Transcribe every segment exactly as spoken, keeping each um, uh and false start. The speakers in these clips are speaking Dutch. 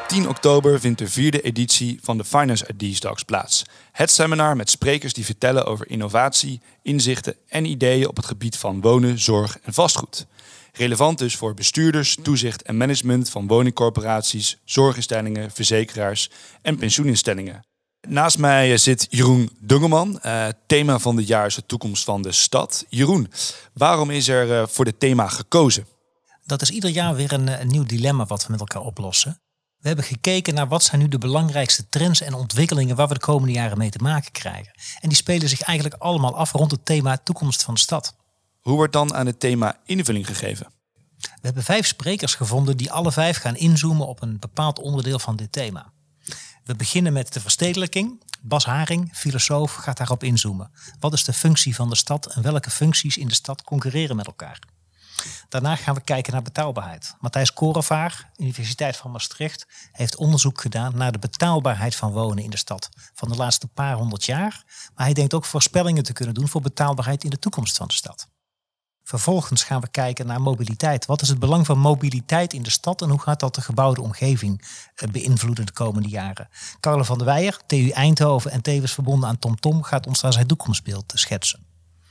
tien oktober vindt de vierde editie van de Finance I D Talks plaats. Het seminar met sprekers die vertellen over innovatie, inzichten en ideeën op het gebied van wonen, zorg en vastgoed. Relevant dus voor bestuurders, toezicht en management van woningcorporaties, zorginstellingen, verzekeraars en pensioeninstellingen. Naast mij zit Jeroen Dungelman. Uh, thema van dit jaar is de toekomst van de stad. Jeroen, waarom is er uh, voor dit thema gekozen? Dat is ieder jaar weer een, een nieuw dilemma wat we met elkaar oplossen. We hebben gekeken naar wat zijn nu de belangrijkste trends en ontwikkelingen waar we de komende jaren mee te maken krijgen. En die spelen zich eigenlijk allemaal af rond het thema toekomst van de stad. Hoe wordt dan aan het thema invulling gegeven? We hebben vijf sprekers gevonden die alle vijf gaan inzoomen op een bepaald onderdeel van dit thema. We beginnen met de verstedelijking. Bas Haring, filosoof, gaat daarop inzoomen. Wat is de functie van de stad en welke functies in de stad concurreren met elkaar? Daarna gaan we kijken naar betaalbaarheid. Matthijs Korevaar, Universiteit van Maastricht, heeft onderzoek gedaan naar de betaalbaarheid van wonen in de stad van de laatste paar honderd jaar. Maar hij denkt ook voorspellingen te kunnen doen voor betaalbaarheid in de toekomst van de stad. Vervolgens gaan we kijken naar mobiliteit. Wat is het belang van mobiliteit in de stad en hoe gaat dat de gebouwde omgeving beïnvloeden de komende jaren? Carle van der Weijer, T U Eindhoven en tevens verbonden aan TomTom, gaat ons daar zijn toekomstbeeld schetsen.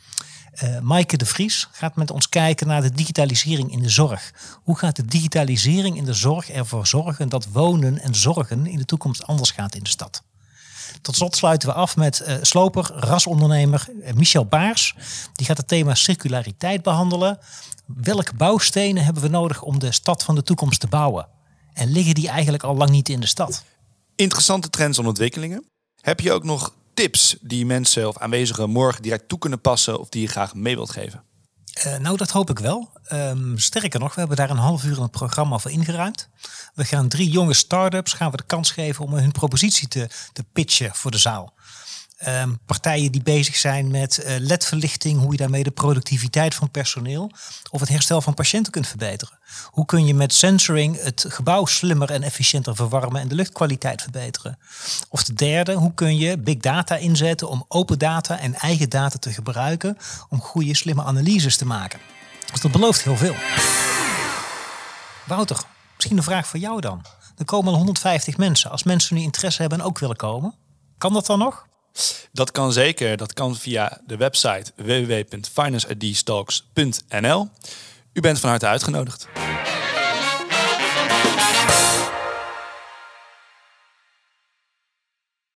Uh, Maaike de Vries gaat met ons kijken naar de digitalisering in de zorg. Hoe gaat de digitalisering in de zorg ervoor zorgen dat wonen en zorgen in de toekomst anders gaat in de stad? Tot slot sluiten we af met uh, sloper, rasondernemer uh, Michel Baars. Die gaat het thema circulariteit behandelen. Welke bouwstenen hebben we nodig om de stad van de toekomst te bouwen? En liggen die eigenlijk al lang niet in de stad? Interessante trends en ontwikkelingen. Heb je ook nog tips die mensen of aanwezigen morgen direct toe kunnen passen of die je graag mee wilt geven? Uh, nou, dat hoop ik wel. Um, sterker nog, we hebben daar een half uur in het programma voor ingeruimd. We gaan drie jonge start-ups gaan we de kans geven om hun propositie te, te pitchen voor de zaal. Um, partijen die bezig zijn met uh, L E D-verlichting, hoe je daarmee de productiviteit van personeel of het herstel van patiënten kunt verbeteren. Hoe kun je met sensoring het gebouw slimmer en efficiënter verwarmen en de luchtkwaliteit verbeteren. Of de derde, hoe kun je big data inzetten om open data en eigen data te gebruiken om goede slimme analyses te maken. Dus dat belooft heel veel. Wouter, misschien een vraag voor jou dan. Er komen al honderdvijftig mensen. Als mensen nu interesse hebben en ook willen komen, kan dat dan nog? Dat kan zeker. Dat kan via de website w w w punt finance i d talks punt n l. U bent van harte uitgenodigd.